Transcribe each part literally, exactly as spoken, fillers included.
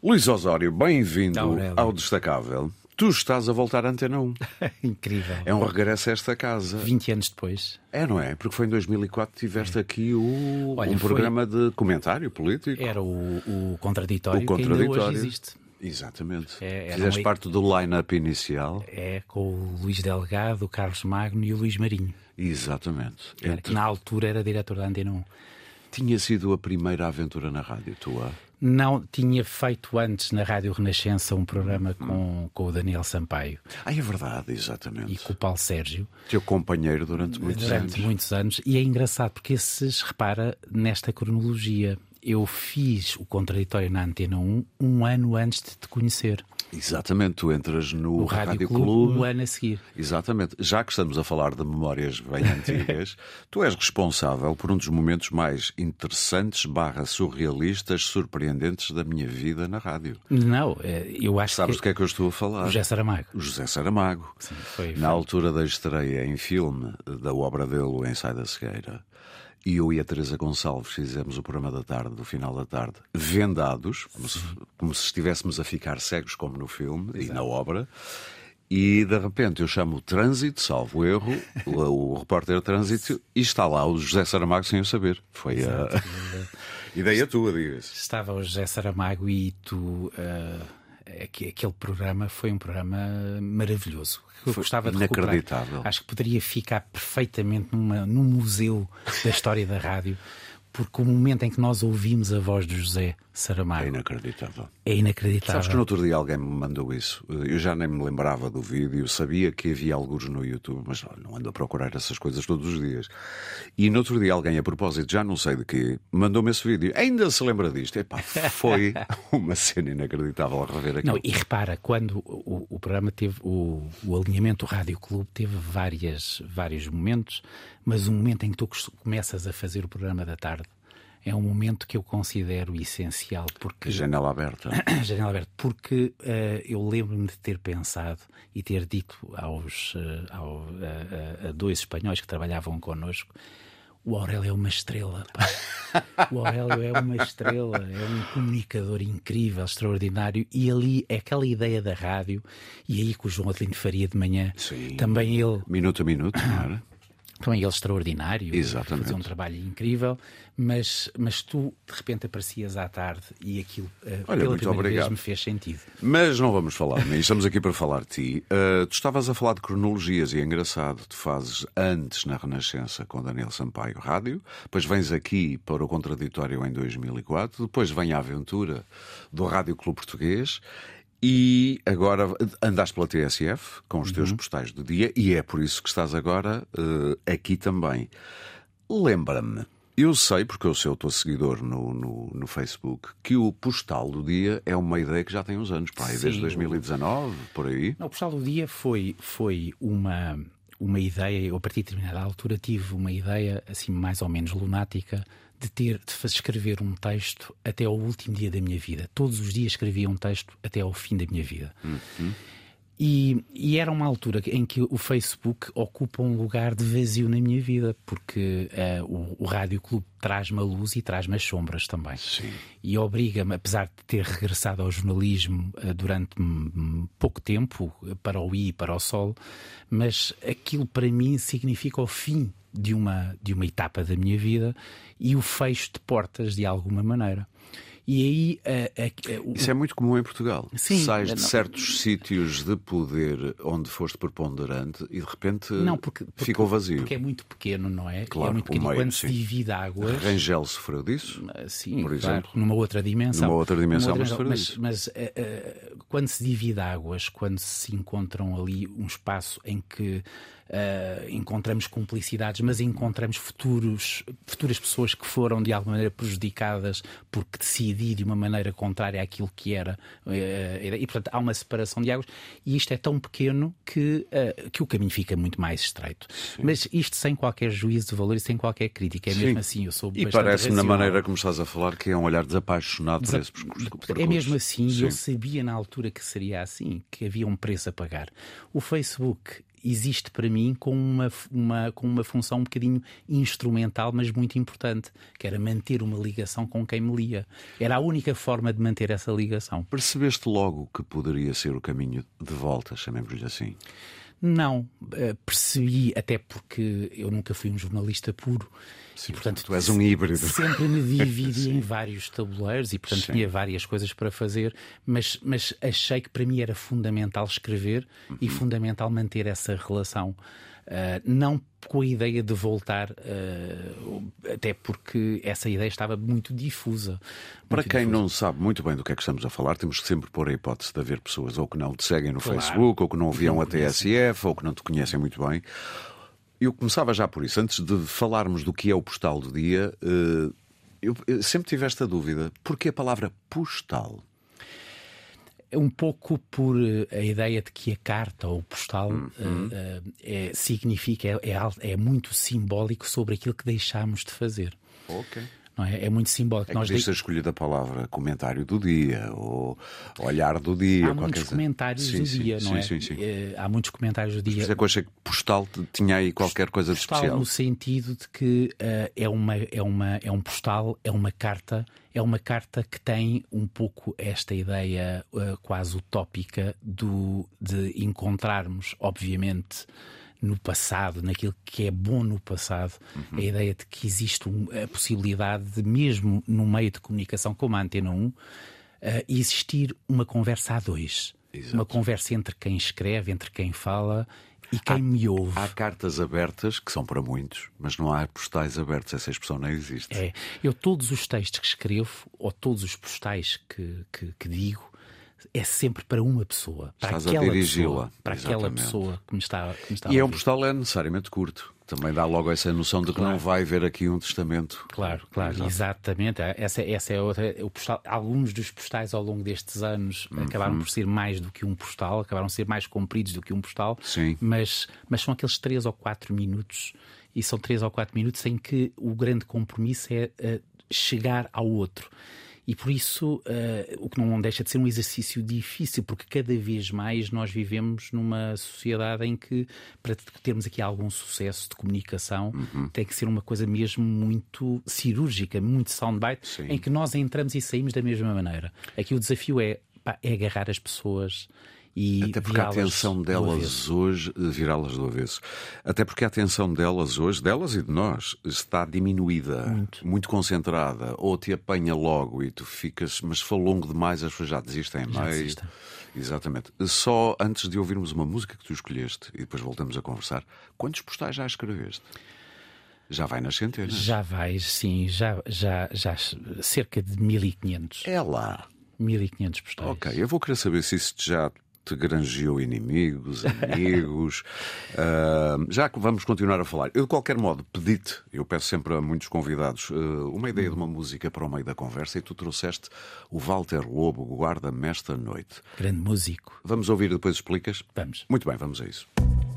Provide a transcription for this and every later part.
Luís Osório, bem-vindo Aurélio. ao Destacável. Tu estás a voltar à Antena um. Incrível. É um regresso a esta casa. vinte anos depois. É, não é? Porque foi em dois mil e quatro que tiveste é. aqui o, Olha, um foi... programa de comentário político. Era o, o Contraditório, o contraditório, que ainda hoje existe. Exatamente. É, Fizeste um... parte do line-up inicial. É, com o Luís Delgado, o Carlos Magno e o Luís Marinho. Exatamente. Era, Entre... que na altura era diretor da Antena um. Tinha sido a primeira aventura na rádio tua? Não, tinha feito antes na Rádio Renascença um programa com, com o Daniel Sampaio. Ah, é verdade, exatamente. E com o Paulo Sérgio. Teu companheiro durante muitos durante anos. Durante muitos anos. E é engraçado porque esses, repara, nesta cronologia, eu fiz o Contraditório na Antena um um ano antes de te conhecer. Exatamente, tu entras no, no Rádio, Rádio Clube, Clube um ano a seguir. Exatamente. Já que estamos a falar de memórias bem antigas, tu és responsável por um dos momentos mais interessantes, barra surrealistas, surpreendentes da minha vida na rádio. Não, eu acho Sabes que... do que é que eu estou a falar? O José Saramago. O José Saramago. Sim, foi, na foi. altura da estreia em filme da obra dele, O Ensaio da Cegueira, e eu e a Teresa Gonçalves fizemos o programa da tarde, do final da tarde, vendados, como se, como se estivéssemos a ficar cegos, como no filme. Exato. E na obra. E de repente eu chamo o Trânsito, salvo erro, o, o repórter Trânsito, e está lá o José Saramago sem eu saber. Foi Exato. a ideia tua, diga-se. Estava o José Saramago e tu... Uh... Aquele programa foi um programa maravilhoso. Eu foi gostava de inacreditável. Recuperar. Acho que poderia ficar perfeitamente numa, num museu da história da rádio, porque o momento em que nós ouvimos a voz de José Saramago é inacreditável. É inacreditável. Sabes que no outro dia alguém me mandou isso. Eu já nem me lembrava do vídeo, sabia que havia alguns no YouTube, mas não ando a procurar essas coisas todos os dias. E no outro dia alguém, a propósito, já não sei de quê, mandou-me esse vídeo. Ainda se lembra disto? Epá, foi uma cena inacreditável a rever aquilo. Não, e repara, quando o, o programa teve o, o alinhamento do Rádio Clube, teve várias, vários momentos, mas o momento em que tu começas a fazer o programa da tarde é um momento que eu considero essencial. Porque... Janela aberta. Janela aberta. Porque uh, eu lembro-me de ter pensado e ter dito aos, uh, ao, uh, a dois espanhóis que trabalhavam connosco: o Aurélio é uma estrela. Pá. O Aurélio é uma estrela, é um comunicador incrível, extraordinário. E ali, é aquela ideia da rádio, e aí com o João Adelino Faria de manhã, Sim. também ele... Minuto a minuto, não era? Também ele extraordinário, Exatamente. fazia um trabalho incrível, mas, mas tu de repente aparecias à tarde e aquilo uh, Olha, pela muito primeira obrigado. vez me fez sentido. Mas não vamos falar nisso, estamos aqui para falar de ti. Uh, tu estavas a falar de cronologias e é engraçado, tu fazes antes na Renascença com Daniel Sampaio Rádio, depois vens aqui para o Contraditório em dois mil e quatro, depois vem a aventura do Rádio Clube Português. E agora andaste pela T S F com os teus uhum. postais do dia, e é por isso que estás agora uh, aqui também. Lembra-me, eu sei, porque eu sou o teu seguidor no, no, no Facebook, que o postal do dia é uma ideia que já tem uns anos, para aí, desde dois mil e dezanove, por aí. Não, o postal do dia foi, foi uma, uma ideia, eu a partir de determinada altura tive uma ideia assim mais ou menos lunática, de ter de fazer, escrever um texto até ao último dia da minha vida. Todos os dias escrevia um texto até ao fim da minha vida. Uhum. E, e era uma altura em que o Facebook ocupa um lugar de vazio na minha vida, porque uh, o, o Rádio Clube traz-me a luz e traz-me as sombras também. Sim. E obriga-me, apesar de ter regressado ao jornalismo uh, durante um, pouco tempo, para o I e para o Sol, mas aquilo para mim significa o fim de uma, de uma etapa da minha vida e o fecho de portas de alguma maneira. E aí, a, a, a, o... Isso é muito comum em Portugal. Sim, sais de não... certos sítios de poder onde foste preponderante e de repente não, porque, porque, ficou vazio. Porque é muito pequeno, não é? Claro, é muito pequeno. meio, Quando sim. se divide águas... Rangel sofreu disso? Sim, por claro, exemplo. numa outra dimensão. Numa outra dimensão, numa outra mas, dimensão. mas, mas uh, uh, quando se divide águas, quando se encontram ali um espaço em que Uh, encontramos cumplicidades, mas encontramos futuros, futuras pessoas que foram de alguma maneira prejudicadas porque decidi de uma maneira contrária àquilo que era, uh, era e portanto há uma separação de águas, e isto é tão pequeno que, uh, que o caminho fica muito mais estreito. Sim. Mas isto sem qualquer juízo de valor e sem qualquer crítica, é mesmo Sim. assim, eu sou e bastante parece-me racional. na maneira como estás a falar que é um olhar desapaixonado Desa... por esse percurso. É mesmo assim, Sim. eu sabia na altura que seria assim, que havia um preço a pagar. O Facebook existe para mim com uma, uma, com uma função um bocadinho instrumental, mas muito importante, que era manter uma ligação com quem me lia. Era a única forma de manter essa ligação. Percebeste logo que poderia ser o caminho de volta, chamemos-lhe assim? Não, percebi, até porque eu nunca fui um jornalista puro. Sim, e, portanto, tu és um híbrido. Sempre me dividi em vários tabuleiros e, portanto, Sim. tinha várias coisas para fazer, mas, mas achei que para mim era fundamental escrever uhum. e fundamental manter essa relação. Uh, não com a ideia de voltar, uh, até porque essa ideia estava muito difusa. Muito Para quem difusa. não sabe muito bem do que é que estamos a falar, temos que sempre pôr a hipótese de haver pessoas ou que não te seguem no claro. Facebook, ou que não viam não a T S F, ou que não te conhecem muito bem. Eu começava já por isso. Antes de falarmos do que é o postal do dia, uh, eu, eu sempre tive esta dúvida. Porquê a palavra postal? Um pouco por uh, a ideia de que a carta ou o postal uhum. uh, uh, é, significa, é, é, é muito simbólico sobre aquilo que deixámos de fazer. Ok. Não é? É muito simbólico. É que nós de... escolhido a palavra comentário do dia ou olhar do dia. Há muitos comentários sim, do sim, dia, sim, não é? Sim, sim, sim. Uh, há muitos comentários do dia. Por isso é que eu achei que postal tinha aí qualquer coisa de postal especial. No sentido de que uh, é, uma, é, uma, é um postal, é uma carta, é uma carta que tem um pouco esta ideia uh, quase utópica do, de encontrarmos, obviamente, no passado, naquilo que é bom no passado, uhum. a ideia de que existe um, a possibilidade de, mesmo no meio de comunicação como a Antena um, uh, existir uma conversa a dois. Exato. Uma conversa entre quem escreve, entre quem fala e quem há, me ouve. Há cartas abertas, que são para muitos, mas não há postais abertos. Essa expressão não existe. É. Eu todos os textos que escrevo, ou todos os postais que, que, que digo, é sempre para uma pessoa, para Estás aquela a dirigi-la. pessoa, para aquela pessoa que me está, que me está e a é um postal é necessariamente curto. Também dá logo essa noção de que claro. Não vai haver aqui um testamento. Claro, claro, Exato. Exatamente. Essa, essa é outra. O postal, alguns dos postais ao longo destes anos uhum. acabaram por ser mais do que um postal, acabaram por ser mais compridos do que um postal. Sim. Mas, mas são aqueles três ou quatro minutos, e são três ou quatro minutos em que o grande compromisso é uh, chegar ao outro. E por isso, uh, o que não deixa de ser um exercício difícil, porque cada vez mais nós vivemos numa sociedade em que, para termos aqui algum sucesso de comunicação, uhum. tem que ser uma coisa mesmo muito cirúrgica, muito soundbite, Sim. em que nós entramos e saímos da mesma maneira. Aqui o desafio é, pá, é agarrar as pessoas e até porque a atenção delas hoje, virá-las do avesso. Até porque a atenção delas hoje, delas e de nós, está diminuída, muito, muito concentrada, ou te apanha logo e tu ficas, mas se for longo demais as pessoas já desistem em meio. Desistem. Exatamente. Só antes de ouvirmos uma música que tu escolheste e depois voltamos a conversar, quantos postais já escreveste? Já vai nas centenas? Já vai, sim, já, já, já cerca de mil e quinhentos. É lá. mil e quinhentos postais. Ok, eu vou querer saber se isso já te granjeou inimigos, amigos. uh, já que vamos continuar a falar, eu de qualquer modo pedi-te, eu peço sempre a muitos convidados, uh, uma ideia de uma música para o meio da conversa e tu trouxeste o Walter Lobo, Guarda-me Esta Noite. Grande músico. Vamos ouvir e depois explicas? Vamos. Muito bem, vamos a isso.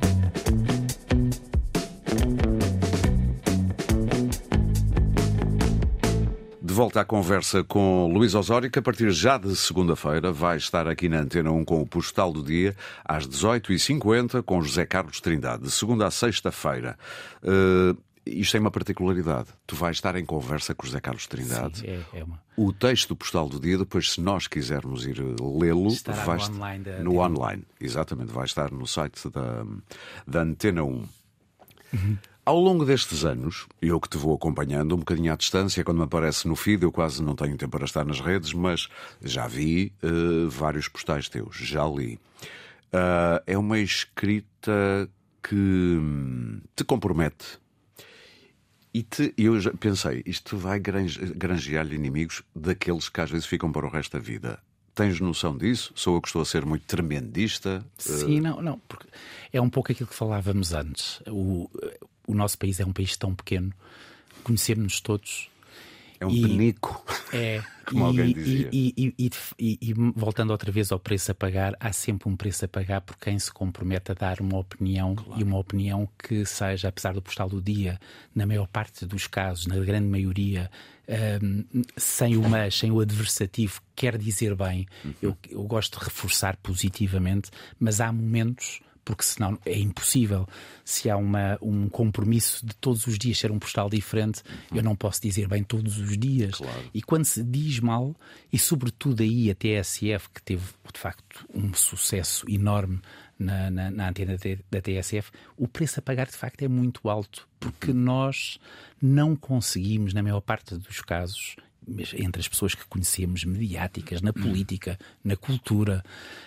De volta à conversa com Luís Osório, que a partir já de segunda-feira vai estar aqui na Antena um com o Postal do Dia, às dezoito e cinquenta, com José Carlos Trindade, de segunda a sexta-feira. Uh, isto tem uma particularidade. Tu vais estar em conversa com José Carlos Trindade. Sim, é, é uma... O texto do Postal do Dia, depois, se nós quisermos ir lê-lo, vai estar no online. Da... No online, exatamente. Vai estar no site da, da Antena um. Uhum. Ao longo destes anos, eu que te vou acompanhando um bocadinho à distância, quando me aparece no feed, eu quase não tenho tempo para estar nas redes, mas já vi uh, vários postais teus, já li. Uh, é uma escrita que te compromete. E te, eu já pensei, isto vai granjear-lhe inimigos daqueles que às vezes ficam para o resto da vida. Tens noção disso? Sou eu que estou a ser muito tremendista? Sim, uh... não, não, porque é um pouco aquilo que falávamos antes. O... O nosso país é um país tão pequeno, conhecemos-nos todos. É um e, penico, é, como e, alguém dizia. E, e, e, e, e voltando outra vez ao preço a pagar, há sempre um preço a pagar por quem se compromete a dar uma opinião, claro. E uma opinião que seja, apesar do Postal do Dia, na maior parte dos casos, na grande maioria, um, sem o mas, sem o adversativo, quer dizer bem. Uhum. Eu, eu gosto de reforçar positivamente, mas há momentos porque senão é impossível. Se há uma, um compromisso de todos os dias ser um postal diferente, uhum. eu não posso dizer bem todos os dias. Claro. E quando se diz mal, e sobretudo aí a T S F, que teve de facto um sucesso enorme na, na, na antena da T S F, o preço a pagar de facto é muito alto, porque uhum. nós não conseguimos, na maior parte dos casos, entre as pessoas que conhecemos, mediáticas, na política, na cultura,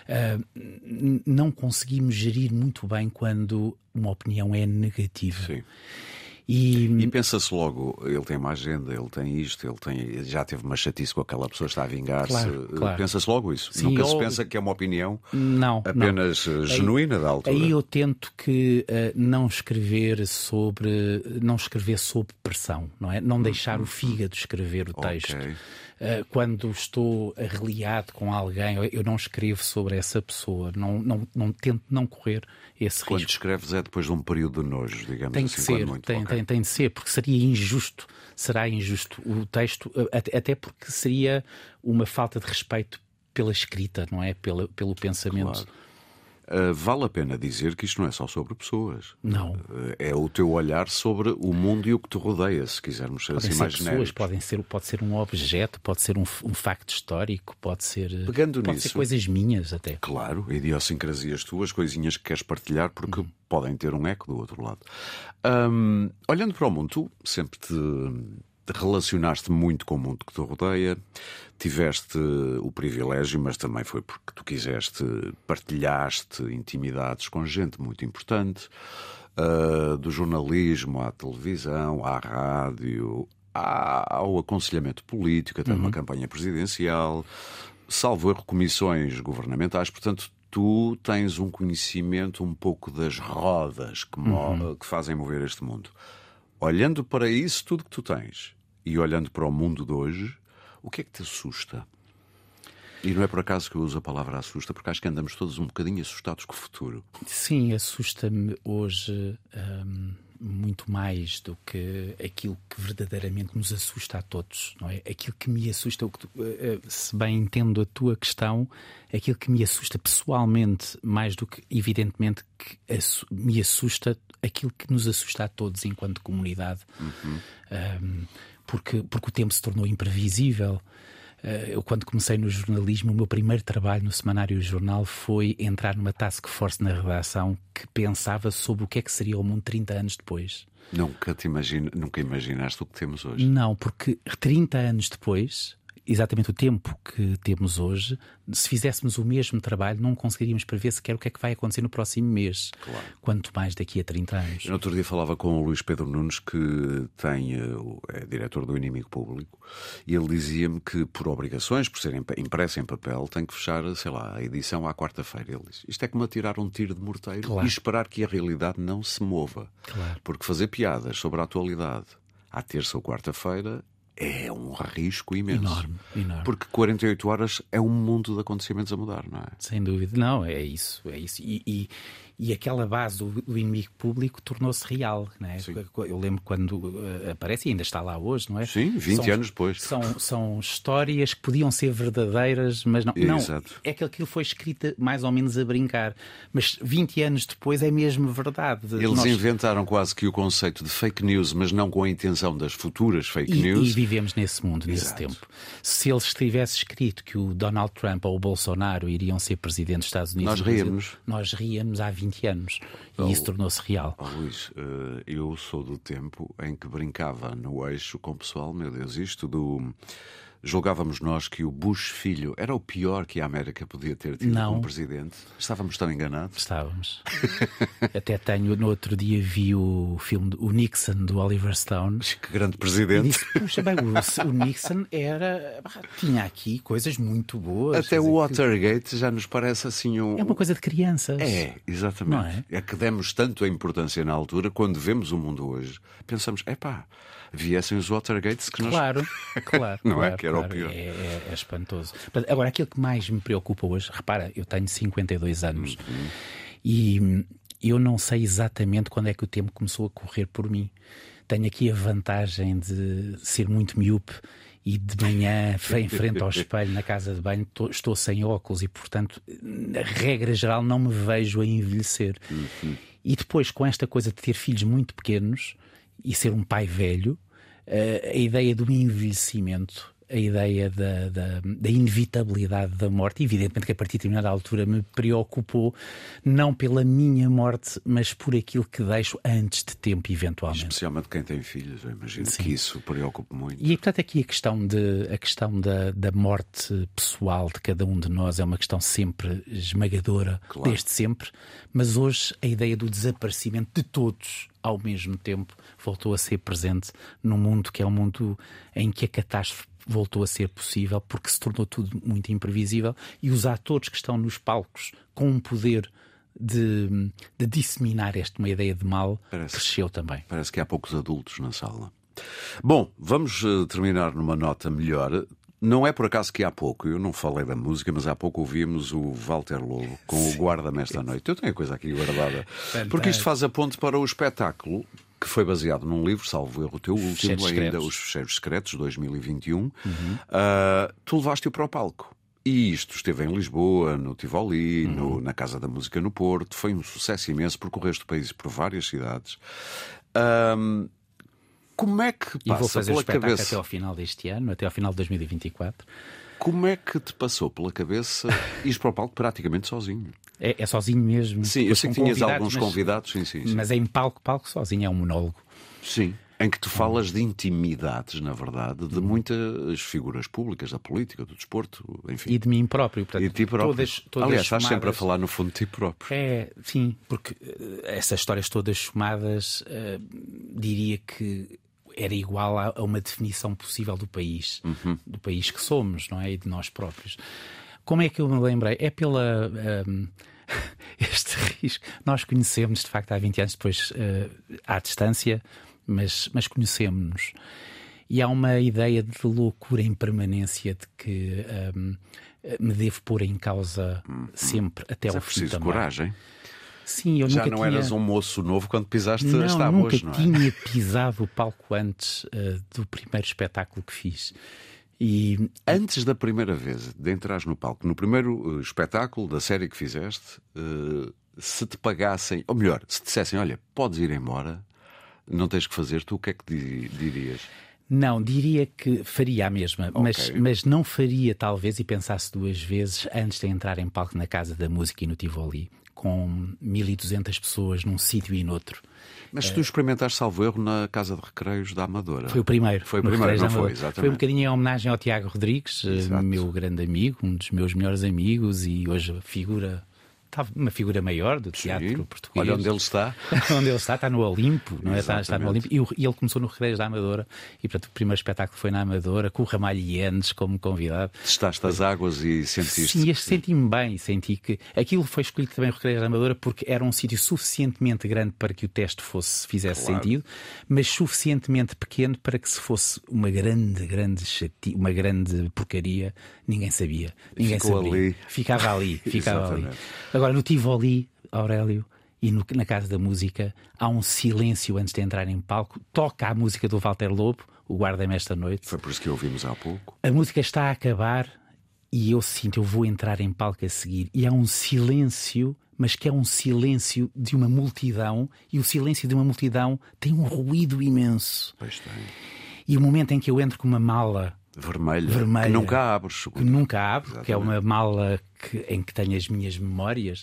uh, não conseguimos gerir muito bem quando uma opinião é negativa. Sim. E, e pensa-se logo, ele tem uma agenda, ele tem isto, ele tem, já teve uma chatice com aquela pessoa, está a vingar-se. Claro, claro. Pensa-se logo isso. Sim, Nunca eu... se pensa que é uma opinião não, apenas não. genuína aí, da altura. Aí eu tento que uh, não escrever sobre não escrever sob pressão, não é? Não deixar uhum. o fígado escrever o texto. Okay. Uh, quando estou reliado com alguém, eu não escrevo sobre essa pessoa, não, não, não tento não correr esse quando risco. Quando escreves é depois de um período de nojo, digamos tem assim. Que ser, muito, tem, okay. tem, tem de ser, porque seria injusto, será injusto o texto, até porque seria uma falta de respeito pela escrita, não é? Pela, pelo pensamento. Claro. Uh, vale a pena dizer que isto não é só sobre pessoas. Não. Uh, é o teu olhar sobre o mundo e o que te rodeia, se quisermos ser podem assim ser mais pessoas, genéricos. podem ser, pode ser um objeto, pode ser um, um facto histórico, pode ser, Pegando pode nisso, ser coisas minhas até. Claro, idiosincrasias tuas, coisinhas que queres partilhar, porque uhum. podem ter um eco do outro lado. Um, olhando para o mundo, tu sempre te... relacionaste muito com o mundo que te rodeia, tiveste o privilégio, mas também foi porque tu quiseste, partilhaste intimidades com gente muito importante, uh, do jornalismo à televisão, à rádio, ao aconselhamento político, até uhum. numa campanha presidencial, salvo erro, comissões governamentais, portanto tu tens um conhecimento um pouco das rodas que, uhum. que fazem mover este mundo. Olhando para isso tudo que tu tens e olhando para o mundo de hoje, o que é que te assusta? E não é por acaso que eu uso a palavra assusta, porque acho que andamos todos um bocadinho assustados com o futuro. Sim, assusta-me hoje hum, muito mais do que aquilo que verdadeiramente nos assusta a todos, não é? Aquilo que me assusta, se bem entendo a tua questão, aquilo que me assusta pessoalmente, mais do que, evidentemente, que me assusta aquilo que nos assusta a todos enquanto comunidade. Uhum. Um, porque, porque o tempo se tornou imprevisível. Eu, quando comecei no jornalismo, o meu primeiro trabalho no Semanário Jornal foi entrar numa task force na redação que pensava sobre o que é que seria o mundo trinta anos depois. Nunca te imagina, nunca imaginaste o que temos hoje? Não, porque trinta anos depois, exatamente o tempo que temos hoje, se fizéssemos o mesmo trabalho, não conseguiríamos prever sequer o que é que vai acontecer no próximo mês. Claro. Quanto mais daqui a trinta anos. No outro dia falava com o Luís Pedro Nunes, que tem, é diretor do Inimigo Público, e ele dizia-me que, por obrigações, por ser impresso em papel, tem que fechar, sei lá, a edição à quarta-feira. Ele diz, isto é como atirar um tiro de morteiro, claro, e esperar que a realidade não se mova. Claro. Porque fazer piadas sobre a atualidade à terça ou quarta-feira é um risco imenso. Enorme, enorme. Porque quarenta e oito horas é um mundo de acontecimentos a mudar, não é? Sem dúvida. Não, é isso. É isso. E, e, e aquela base do, do Inimigo Público tornou-se real, não é? Sim. Eu lembro quando uh, aparece, e ainda está lá hoje, não é? Sim, vinte são, anos depois. São, são histórias que podiam ser verdadeiras, mas não. Exato. Não, é que aquilo foi escrito mais ou menos a brincar. Mas vinte anos depois é mesmo verdade. Eles Nós... inventaram quase que o conceito de fake news, mas não com a intenção das futuras fake e, news. E vivemos nesse mundo, nesse Exato. tempo. Se eles tivesse escrito que o Donald Trump ou o Bolsonaro iriam ser presidente dos Estados Unidos, nós ríamos. Nós ríamos há vinte anos. E oh, isso tornou-se real. Oh, Luís, eu sou do tempo em que brincava no eixo com o pessoal, meu Deus, isto do... Julgávamos nós que o Bush filho era o pior que a América podia ter tido não. como presidente. Estávamos tão enganados. Estávamos. Até tenho, no outro dia vi o filme, o Nixon, do Oliver Stone. Que grande presidente. E disse, puxa bem, o, o Nixon era, tinha aqui coisas muito boas. Até o Watergate que... já nos parece assim um... É uma coisa de crianças. É, exatamente. Não é? É que demos tanto a importância na altura, quando vemos o mundo hoje, pensamos, epá, viessem os Watergates que nós... Claro, claro. Não claro, é? Que era claro, o pior. É, é, é espantoso. Agora, aquilo que mais me preocupa hoje, repara, eu tenho cinquenta e dois anos uhum. e eu não sei exatamente quando é que o tempo começou a correr por mim. Tenho aqui a vantagem de ser muito miúpe e de manhã, em frente ao espelho na casa de banho, estou sem óculos e, portanto, na regra geral, não me vejo a envelhecer. Uhum. E depois, com esta coisa de ter filhos muito pequenos e ser um pai velho, a ideia do envelhecimento, a ideia da, da, da inevitabilidade da morte, evidentemente que a partir de determinada altura me preocupou, não pela minha morte, mas por aquilo que deixo antes de tempo, eventualmente. Especialmente quem tem filhos, eu imagino. Sim. Que isso preocupa muito. E, portanto, aqui a questão, de, a questão da, da morte pessoal de cada um de nós é uma questão sempre esmagadora, claro. Desde sempre, mas hoje a ideia do desaparecimento de todos ao mesmo tempo voltou a ser presente num mundo que é um mundo em que a catástrofe voltou a ser possível, porque se tornou tudo muito imprevisível e os atores que estão nos palcos com um poder de, de disseminar esta uma ideia de mal parece, cresceu também. Parece que há poucos adultos na sala. Bom, vamos uh, terminar numa nota melhor. Não é por acaso que há pouco, eu não falei da música, mas há pouco ouvimos o Walter Lobo com Sim. o Guarda-me esta noite. Eu tenho a coisa aqui guardada. Fantástico. Porque isto faz a ponte para o espetáculo que foi baseado num livro, salvo erro, o teu último ainda, secretos. Os Fecheiros Secretos, dois mil e vinte e um. Uhum. Uh, tu levaste-o para o palco. E isto esteve em Lisboa, no Tivoli, uhum. no, na Casa da Música no Porto. Foi um sucesso imenso, percorreste o país por várias cidades. Um, como é que passa e vou fazer pela o espetáculo cabeça... até ao final deste ano, até ao final de dois mil e vinte e quatro. Como é que te passou pela cabeça ir para o palco praticamente sozinho? É, é sozinho mesmo. Sim, eu sei que tinhas alguns mas, convidados, sim, sim, sim. Mas é em palco, palco sozinho, é um monólogo. Sim, em que tu falas de intimidades, na verdade, de muitas figuras públicas, da política, do desporto, enfim. E de mim próprio. Portanto, e de ti próprio. Todas, todas Aliás, estás somadas... sempre a falar no fundo de ti próprio. É, sim, porque uh, essas histórias todas somadas, uh, diria que era igual a, a uma definição possível do país, uhum. do país que somos, não é? E de nós próprios. Como é que eu me lembrei? É pela... Um, este risco. Nós conhecemos, de facto, há vinte anos depois, uh, à distância, mas, mas conhecemos-nos. E há uma ideia de loucura em permanência de que um, me devo pôr em causa hum, sempre, até mas ao é fim preciso também. coragem. Sim, eu Já nunca não tinha... eras um moço novo quando pisaste não, esta nunca hoje, não é? tinha pisado o palco antes uh, do primeiro espetáculo que fiz. E antes da primeira vez de entrares no palco, no primeiro uh, espetáculo da série que fizeste, uh, se te pagassem, ou melhor, se te dissessem, olha, podes ir embora, não tens que fazer, tu o que é que dirias? Não, diria que faria a mesma, okay. mas, mas não faria talvez e pensasse duas vezes antes de entrar em palco na Casa da Música e no Tivoli, com mil e duzentas pessoas num sítio e noutro. Mas tu experimentaste, salvo erro, na Casa de Recreios da Amadora. Foi o primeiro. Foi o primeiro, não foi? Exatamente. Foi um bocadinho em homenagem ao Tiago Rodrigues, Exato. Meu grande amigo, um dos meus melhores amigos e hoje figura... uma figura maior do teatro Sim. português. Olha onde ele está. Onde ele está, está no Olimpo, não é? Está, está no Olimpo. E, o, e ele começou no Recreios da Amadora. E, portanto, o primeiro espetáculo foi na Amadora, com o Ramalho Yendes como convidado. Testaste as águas e sentiste... Sim, senti-me bem. Senti que aquilo foi escolhido também o Recreios da Amadora porque era um sítio suficientemente grande para que o teste fosse, fizesse claro. Sentido, mas suficientemente pequeno para que se fosse uma grande, grande chati... uma grande porcaria, ninguém sabia. Ninguém Ficou sabia. Ali. Ficava ali. Ficava ali. Agora, no Tivoli, Aurélio, e no, na Casa da Música, há um silêncio antes de entrar em palco. Toca a música do Walter Lobo, o Guarda-me esta noite. Foi por isso que ouvimos há pouco. A música está a acabar e eu sinto, eu vou entrar em palco a seguir. E há um silêncio, mas que é um silêncio de uma multidão. E o silêncio de uma multidão tem um ruído imenso. Pois tem. E o momento em que eu entro com uma mala... Vermelha, vermelha, que nunca abres. Que nunca abro, que é uma mala que, em que tenho as minhas memórias.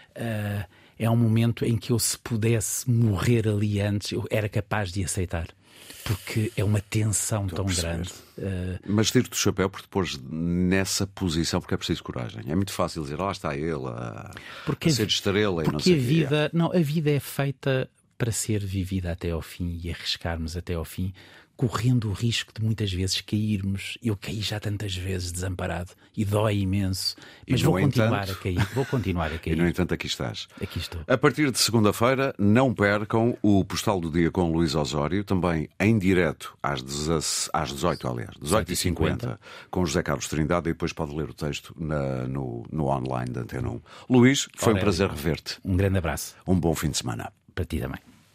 Uh, é um momento em que eu, se pudesse morrer ali antes, eu era capaz de aceitar. Porque é uma tensão Estou tão grande. Uh... Mas tiro-te o chapéu por te pôres nessa posição, porque é preciso coragem. É muito fácil dizer, lá está ele, a, porque a ser estrela. Porque e não sei a vida, que é. não, a vida é feita para ser vivida até ao fim e arriscarmos até ao fim, correndo o risco de muitas vezes cairmos. Eu caí já tantas vezes desamparado e dói imenso, mas vou continuar entanto... a cair. Vou continuar a cair. E no entanto aqui estás. Aqui estou. A partir de segunda-feira, não percam o Postal do Dia com Luís Osório, também em direto às dezoito, aliás, dezoito e cinquenta, com José Carlos Trindade, e depois pode ler o texto na, no, no online da Antena um. Luís, foi Aurélio, um prazer rever-te. Um grande abraço. Um bom fim de semana. Para ti também.